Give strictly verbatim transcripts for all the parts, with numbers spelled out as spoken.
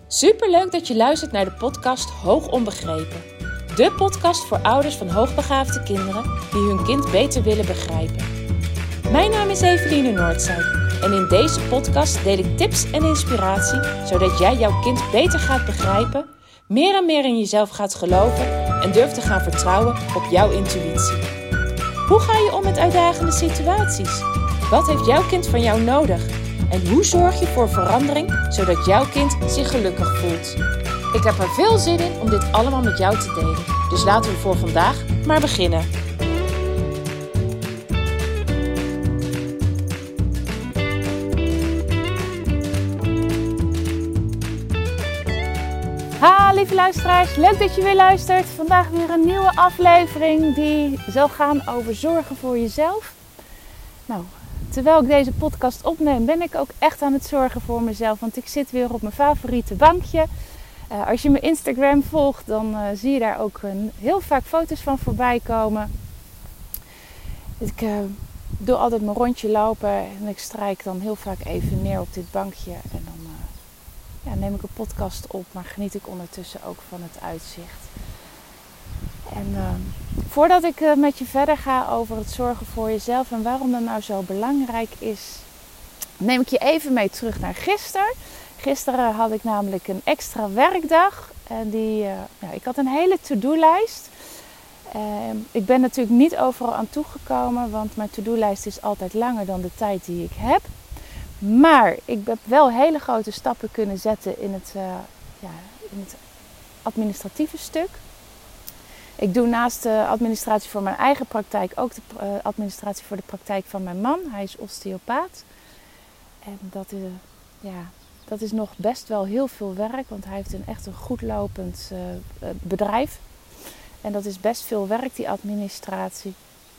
Superleuk dat je luistert naar de podcast Hoog Onbegrepen. De podcast voor ouders van hoogbegaafde kinderen die hun kind beter willen begrijpen. Mijn naam is Eveline Noordzij en in deze podcast deel ik tips en inspiratie zodat jij jouw kind beter gaat begrijpen, meer en meer in jezelf gaat geloven en durft te gaan vertrouwen op jouw intuïtie. Hoe ga je om met uitdagende situaties? Wat heeft jouw kind van jou nodig? En hoe zorg je voor verandering, zodat jouw kind zich gelukkig voelt? Ik heb er veel zin in om dit allemaal met jou te delen. Dus laten we voor vandaag maar beginnen. Ha, lieve luisteraars, leuk dat je weer luistert. Vandaag weer een nieuwe aflevering die zal gaan over zorgen voor jezelf. Nou, terwijl ik deze podcast opneem, ben ik ook echt aan het zorgen voor mezelf. Want ik zit weer op mijn favoriete bankje. Uh, als je mijn Instagram volgt, dan uh, zie je daar ook een, heel vaak foto's van voorbij komen. Ik uh, doe altijd mijn rondje lopen en ik strijk dan heel vaak even neer op dit bankje. En dan uh, ja, neem ik een podcast op, maar geniet ik ondertussen ook van het uitzicht. En uh, voordat ik uh, met je verder ga over het zorgen voor jezelf en waarom dat nou zo belangrijk is, neem ik je even mee terug naar gisteren. Gisteren had ik namelijk een extra werkdag. En die, uh, ja, ik had een hele to-do-lijst. Uh, ik ben natuurlijk niet overal aan toegekomen, want mijn to-do-lijst is altijd langer dan de tijd die ik heb. Maar ik heb wel hele grote stappen kunnen zetten in het, uh, ja, in het administratieve stuk. Ik doe naast de administratie voor mijn eigen praktijk ook de uh, administratie voor de praktijk van mijn man. Hij is osteopaat. En dat is, ja, dat is nog best wel heel veel werk, want hij heeft een echt een goed lopend uh, bedrijf. En dat is best veel werk, die administratie.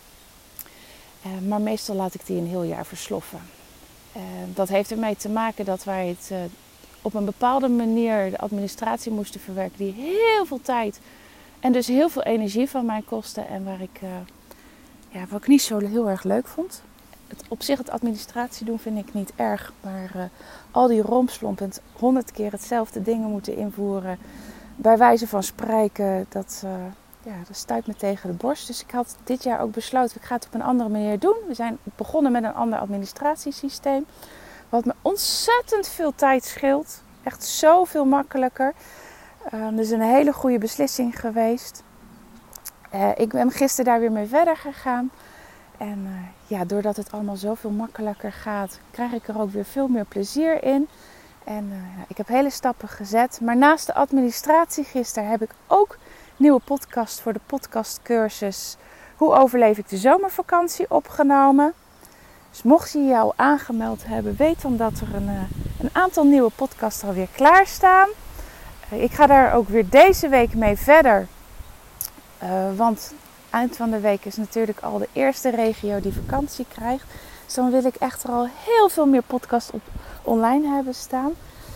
Uh, maar meestal laat ik die een heel jaar versloffen. Uh, dat heeft ermee te maken dat wij het uh, op een bepaalde manier de administratie moesten verwerken die heel veel tijd en dus heel veel energie van mij kostte en waar ik, uh, ja, wat ik niet zo heel erg leuk vond. Het, op zich het administratie doen vind ik niet erg, maar uh, al die rompslomp en honderd keer hetzelfde dingen moeten invoeren, bij wijze van spreken, dat, uh, ja, dat stuit me tegen de borst. Dus ik had dit jaar ook besloten, ik ga het op een andere manier doen. We zijn begonnen met een ander administratiesysteem, wat me ontzettend veel tijd scheelt. Echt zoveel makkelijker. Uh, dus een hele goede beslissing geweest. Uh, ik ben gisteren daar weer mee verder gegaan. En uh, ja, doordat het allemaal zoveel makkelijker gaat, krijg ik er ook weer veel meer plezier in. En uh, ik heb hele stappen gezet. Maar naast de administratie gisteren heb ik ook een nieuwe podcast voor de podcastcursus Hoe overleef ik de zomervakantie opgenomen. Dus mocht je je al aangemeld hebben, weet dan dat er een, uh, een aantal nieuwe podcasts alweer klaarstaan. Uh, ik ga daar ook weer deze week mee verder. Uh, want eind van de week is natuurlijk al de eerste regio die vakantie krijgt. Dus dan wil ik echt er al heel veel meer podcasts op online hebben staan.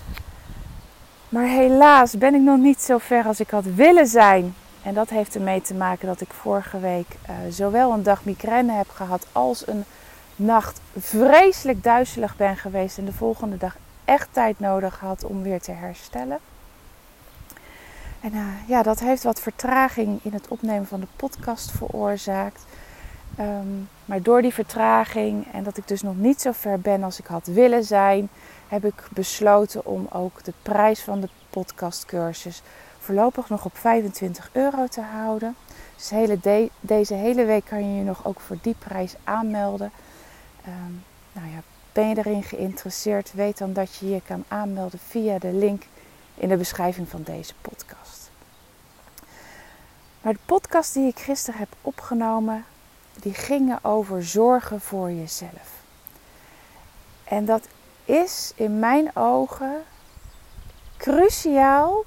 Maar helaas ben ik nog niet zo ver als ik had willen zijn. En dat heeft ermee te maken dat ik vorige week uh, zowel een dag migraine heb gehad als een nacht vreselijk duizelig ben geweest. En de volgende dag echt tijd nodig had om weer te herstellen. En uh, ja, dat heeft wat vertraging in het opnemen van de podcast veroorzaakt. Um, maar door die vertraging en dat ik dus nog niet zo ver ben als ik had willen zijn, heb ik besloten om ook de prijs van de podcastcursus voorlopig nog op vijfentwintig euro te houden. Dus hele de- deze hele week kan je je nog ook voor die prijs aanmelden. Um, nou ja, ben je erin geïnteresseerd, weet dan dat je je kan aanmelden via de link in de beschrijving van deze podcast. Maar de podcast die ik gisteren heb opgenomen, die gingen over zorgen voor jezelf. En dat is in mijn ogen cruciaal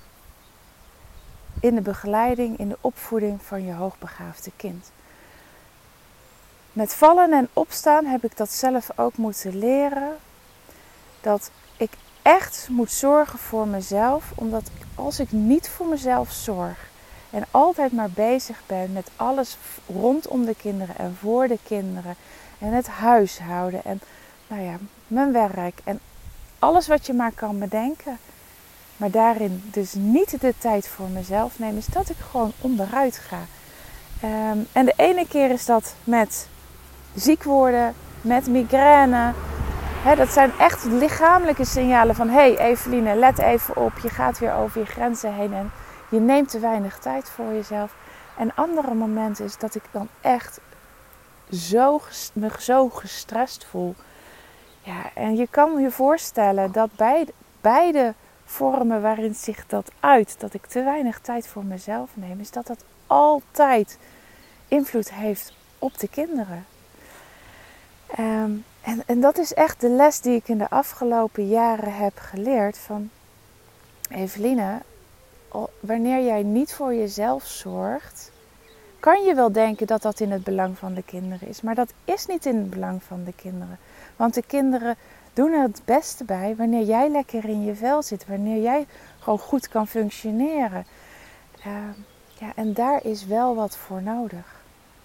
in de begeleiding, in de opvoeding van je hoogbegaafde kind. Met vallen en opstaan heb ik dat zelf ook moeten leren. Dat ik echt moet zorgen voor mezelf. Omdat als ik niet voor mezelf zorg en altijd maar bezig ben met alles rondom de kinderen en voor de kinderen. En het huishouden en nou ja, mijn werk en alles wat je maar kan bedenken. maar daarin dus niet de tijd voor mezelf neem, is dat ik gewoon onderuit ga. Um, en de ene keer is dat met ziek worden, met migraine. He, dat zijn echt lichamelijke signalen van... hé hey Eveline, let even op, je gaat weer over je grenzen heen en je neemt te weinig tijd voor jezelf. En andere momenten is dat ik dan echt zo, me zo gestrest voel. Ja, en je kan je voorstellen dat beide, beide vormen waarin zich dat uit, dat ik te weinig tijd voor mezelf neem, is dat dat altijd invloed heeft op de kinderen. Um, en, en dat is echt de les die ik in de afgelopen jaren heb geleerd van... Eveline, wanneer jij niet voor jezelf zorgt, kan je wel denken dat dat in het belang van de kinderen is. Maar dat is niet in het belang van de kinderen. Want de kinderen doen er het beste bij wanneer jij lekker in je vel zit. Wanneer jij gewoon goed kan functioneren. Uh, ja, en daar is wel wat voor nodig.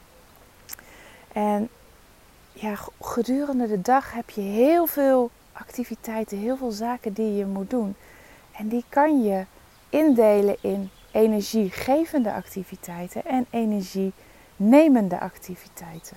En ja, gedurende de dag heb je heel veel activiteiten, heel veel zaken die je moet doen. En die kan je indelen in energiegevende activiteiten en energienemende activiteiten.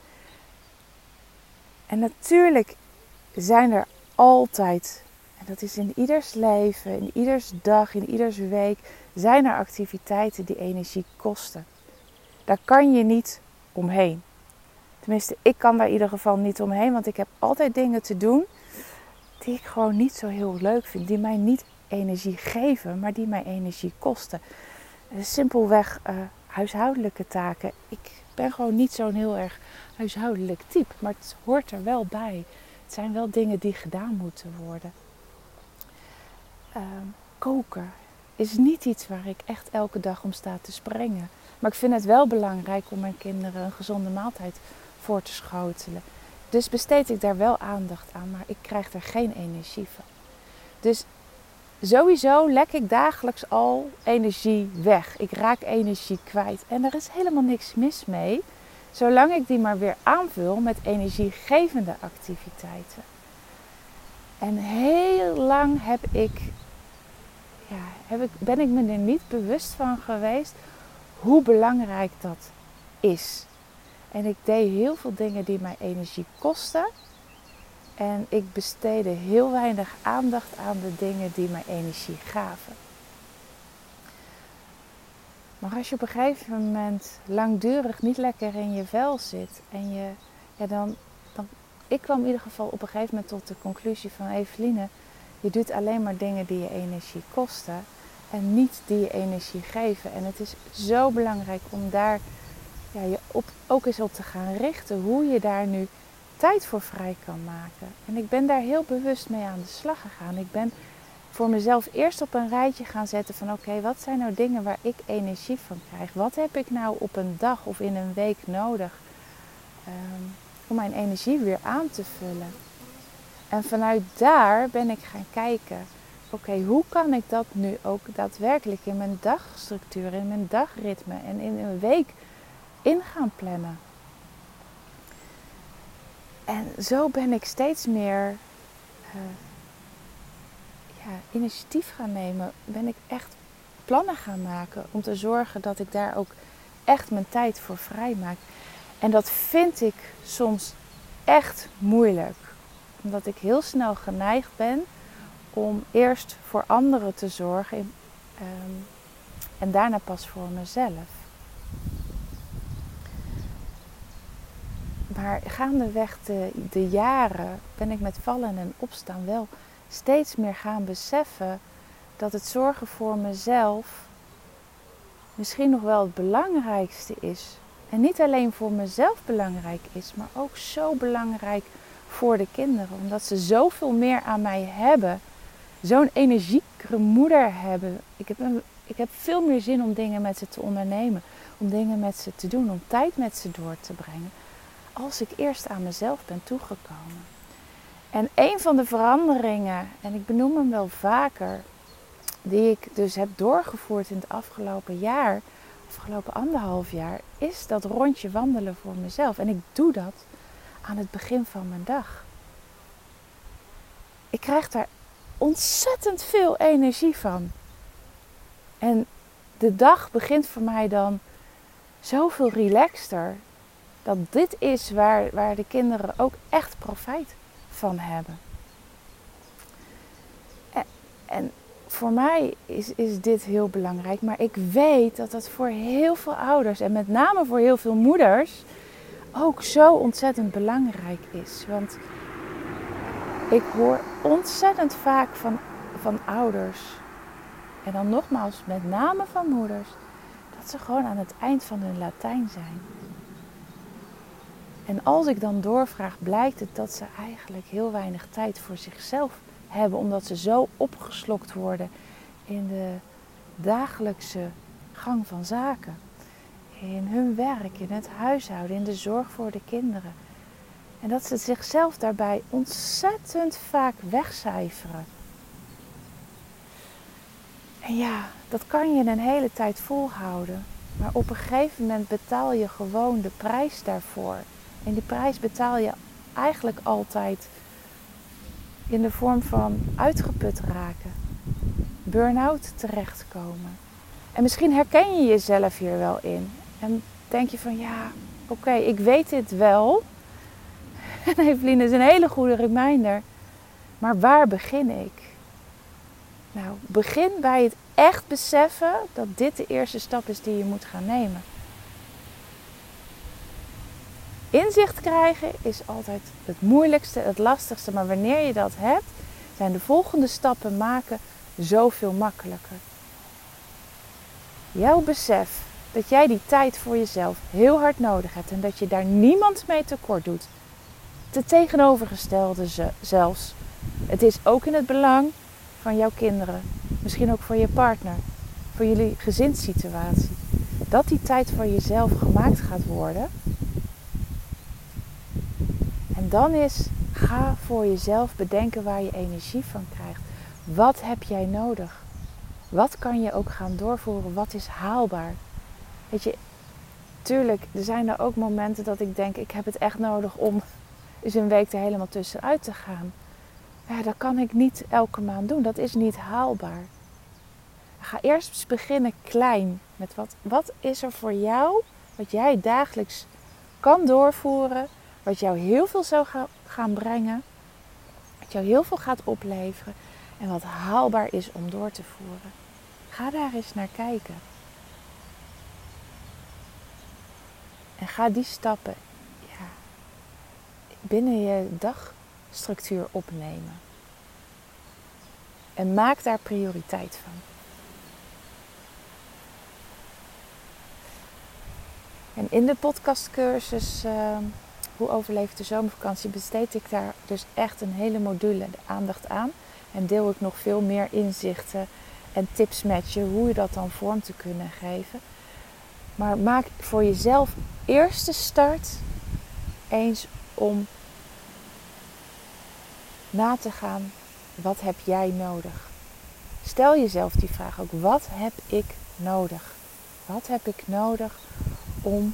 En natuurlijk zijn er altijd, en dat is in ieders leven, in ieders dag, in ieders week, zijn er activiteiten die energie kosten. Daar kan je niet omheen. Tenminste, ik kan daar in ieder geval niet omheen, want ik heb altijd dingen te doen die ik gewoon niet zo heel leuk vind. Die mij niet energie geven, maar die mij energie kosten. Simpelweg uh, huishoudelijke taken. Ik ben gewoon niet zo'n heel erg huishoudelijk type, maar het hoort er wel bij. Het zijn wel dingen die gedaan moeten worden. Uh, koken is niet iets waar ik echt elke dag om sta te springen. Maar ik vind het wel belangrijk om mijn kinderen een gezonde maaltijd voor te schotelen. Dus besteed ik daar wel aandacht aan, maar ik krijg er geen energie van. Dus sowieso lek ik dagelijks al energie weg. Ik raak energie kwijt. En er is helemaal niks mis mee, zolang ik die maar weer aanvul met energiegevende activiteiten. En heel lang heb ik, ja, heb ik, ben ik me er niet bewust van geweest hoe belangrijk dat is. En ik deed heel veel dingen die mij energie kosten. En ik besteedde heel weinig aandacht aan de dingen die mij energie gaven. Maar als je op een gegeven moment langdurig niet lekker in je vel zit. En je, ja dan, dan, ik kwam in ieder geval op een gegeven moment tot de conclusie van... Eveline, je doet alleen maar dingen die je energie kosten. En niet die je energie geven. En het is zo belangrijk om daar ja, je op, ook eens op te gaan richten. Hoe je daar nu tijd voor vrij kan maken. En ik ben daar heel bewust mee aan de slag gegaan. Ik ben voor mezelf eerst op een rijtje gaan zetten van... oké, okay, wat zijn nou dingen waar ik energie van krijg? Wat heb ik nou op een dag of in een week nodig um, om mijn energie weer aan te vullen? En vanuit daar ben ik gaan kijken... oké, okay, hoe kan ik dat nu ook daadwerkelijk in mijn dagstructuur, in mijn dagritme en in een week in gaan plannen? En zo ben ik steeds meer uh, ja, initiatief gaan nemen. Ben ik echt plannen gaan maken om te zorgen dat ik daar ook echt mijn tijd voor vrij maak. En dat vind ik soms echt moeilijk. Omdat ik heel snel geneigd ben om eerst voor anderen te zorgen um, en daarna pas voor mezelf. Maar gaandeweg de, de jaren ben ik met vallen en opstaan wel steeds meer gaan beseffen dat het zorgen voor mezelf misschien nog wel het belangrijkste is. En niet alleen voor mezelf belangrijk is, maar ook zo belangrijk voor de kinderen. Omdat ze zoveel meer aan mij hebben. Zo'n energieke moeder hebben. Ik heb, een, ik heb veel meer zin om dingen met ze te ondernemen. Om dingen met ze te doen. Om tijd met ze door te brengen. Als ik eerst aan mezelf ben toegekomen. En een van de veranderingen, en ik benoem hem wel vaker, die ik dus heb doorgevoerd in het afgelopen jaar, afgelopen anderhalf jaar, is dat rondje wandelen voor mezelf. En ik doe dat aan het begin van mijn dag. Ik krijg daar ontzettend veel energie van. En de dag begint voor mij dan zoveel relaxter. Dat dit is waar, waar de kinderen ook echt profijt van hebben. En, en voor mij is, is dit heel belangrijk. Maar ik weet dat dat voor heel veel ouders en met name voor heel veel moeders ook zo ontzettend belangrijk is. Want ik hoor ontzettend vaak van, van ouders, en dan nogmaals met name van moeders, dat ze gewoon aan het eind van hun Latijn zijn. En als ik dan doorvraag, blijkt het dat ze eigenlijk heel weinig tijd voor zichzelf hebben, omdat ze zo opgeslokt worden in de dagelijkse gang van zaken. In hun werk, in het huishouden, in de zorg voor de kinderen. En dat ze zichzelf daarbij ontzettend vaak wegcijferen. En ja, dat kan je een hele tijd volhouden. Maar op een gegeven moment betaal je gewoon de prijs daarvoor. En die prijs betaal je eigenlijk altijd in de vorm van uitgeput raken. Burn-out terechtkomen. En misschien herken je jezelf hier wel in. En denk je van ja, oké, okay, ik weet dit wel. En Eveline is een hele goede reminder. Maar waar begin ik? Nou, begin bij het echt beseffen dat dit de eerste stap is die je moet gaan nemen. Inzicht krijgen is altijd het moeilijkste, het lastigste. Maar wanneer je dat hebt, zijn de volgende stappen maken zoveel makkelijker. Jouw besef dat jij die tijd voor jezelf heel hard nodig hebt en dat je daar niemand mee tekort doet. Het tegenovergestelde zelfs. Het is ook in het belang van jouw kinderen. Misschien ook voor je partner. Voor jullie gezinssituatie. Dat die tijd voor jezelf gemaakt gaat worden. En dan is, ga voor jezelf bedenken waar je energie van krijgt. Wat heb jij nodig? Wat kan je ook gaan doorvoeren? Wat is haalbaar? Weet je, tuurlijk, er zijn er ook momenten dat ik denk, ik heb het echt nodig om eens een week er helemaal tussenuit te gaan. Ja, dat kan ik niet elke maand doen. Dat is niet haalbaar. Ga eerst beginnen klein. Met wat, wat is er voor jou, wat jij dagelijks kan doorvoeren, wat jou heel veel zou gaan brengen, wat jou heel veel gaat opleveren en wat haalbaar is om door te voeren. Ga daar eens naar kijken. En ga die stappen ja, binnen je dagstructuur opnemen. En maak daar prioriteit van. En in de podcastcursus uh, Hoe overleef de zomervakantie besteed ik daar dus echt een hele module de aandacht aan. En deel ik nog veel meer inzichten en tips met je hoe je dat dan vorm te kunnen geven. Maar maak voor jezelf eerst de start eens om na te gaan, wat heb jij nodig? Stel jezelf die vraag ook, wat heb ik nodig? Wat heb ik nodig om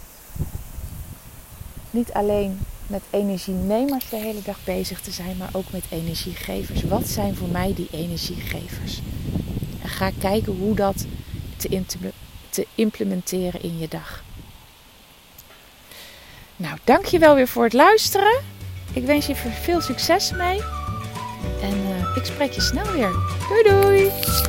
niet alleen met energienemers de hele dag bezig te zijn, maar ook met energiegevers. Wat zijn voor mij die energiegevers? En ga kijken hoe dat te, te implementeren in je dag. Nou, dankjewel weer voor het luisteren. Ik wens je veel succes mee. En uh, ik spreek je snel weer. Doei doei!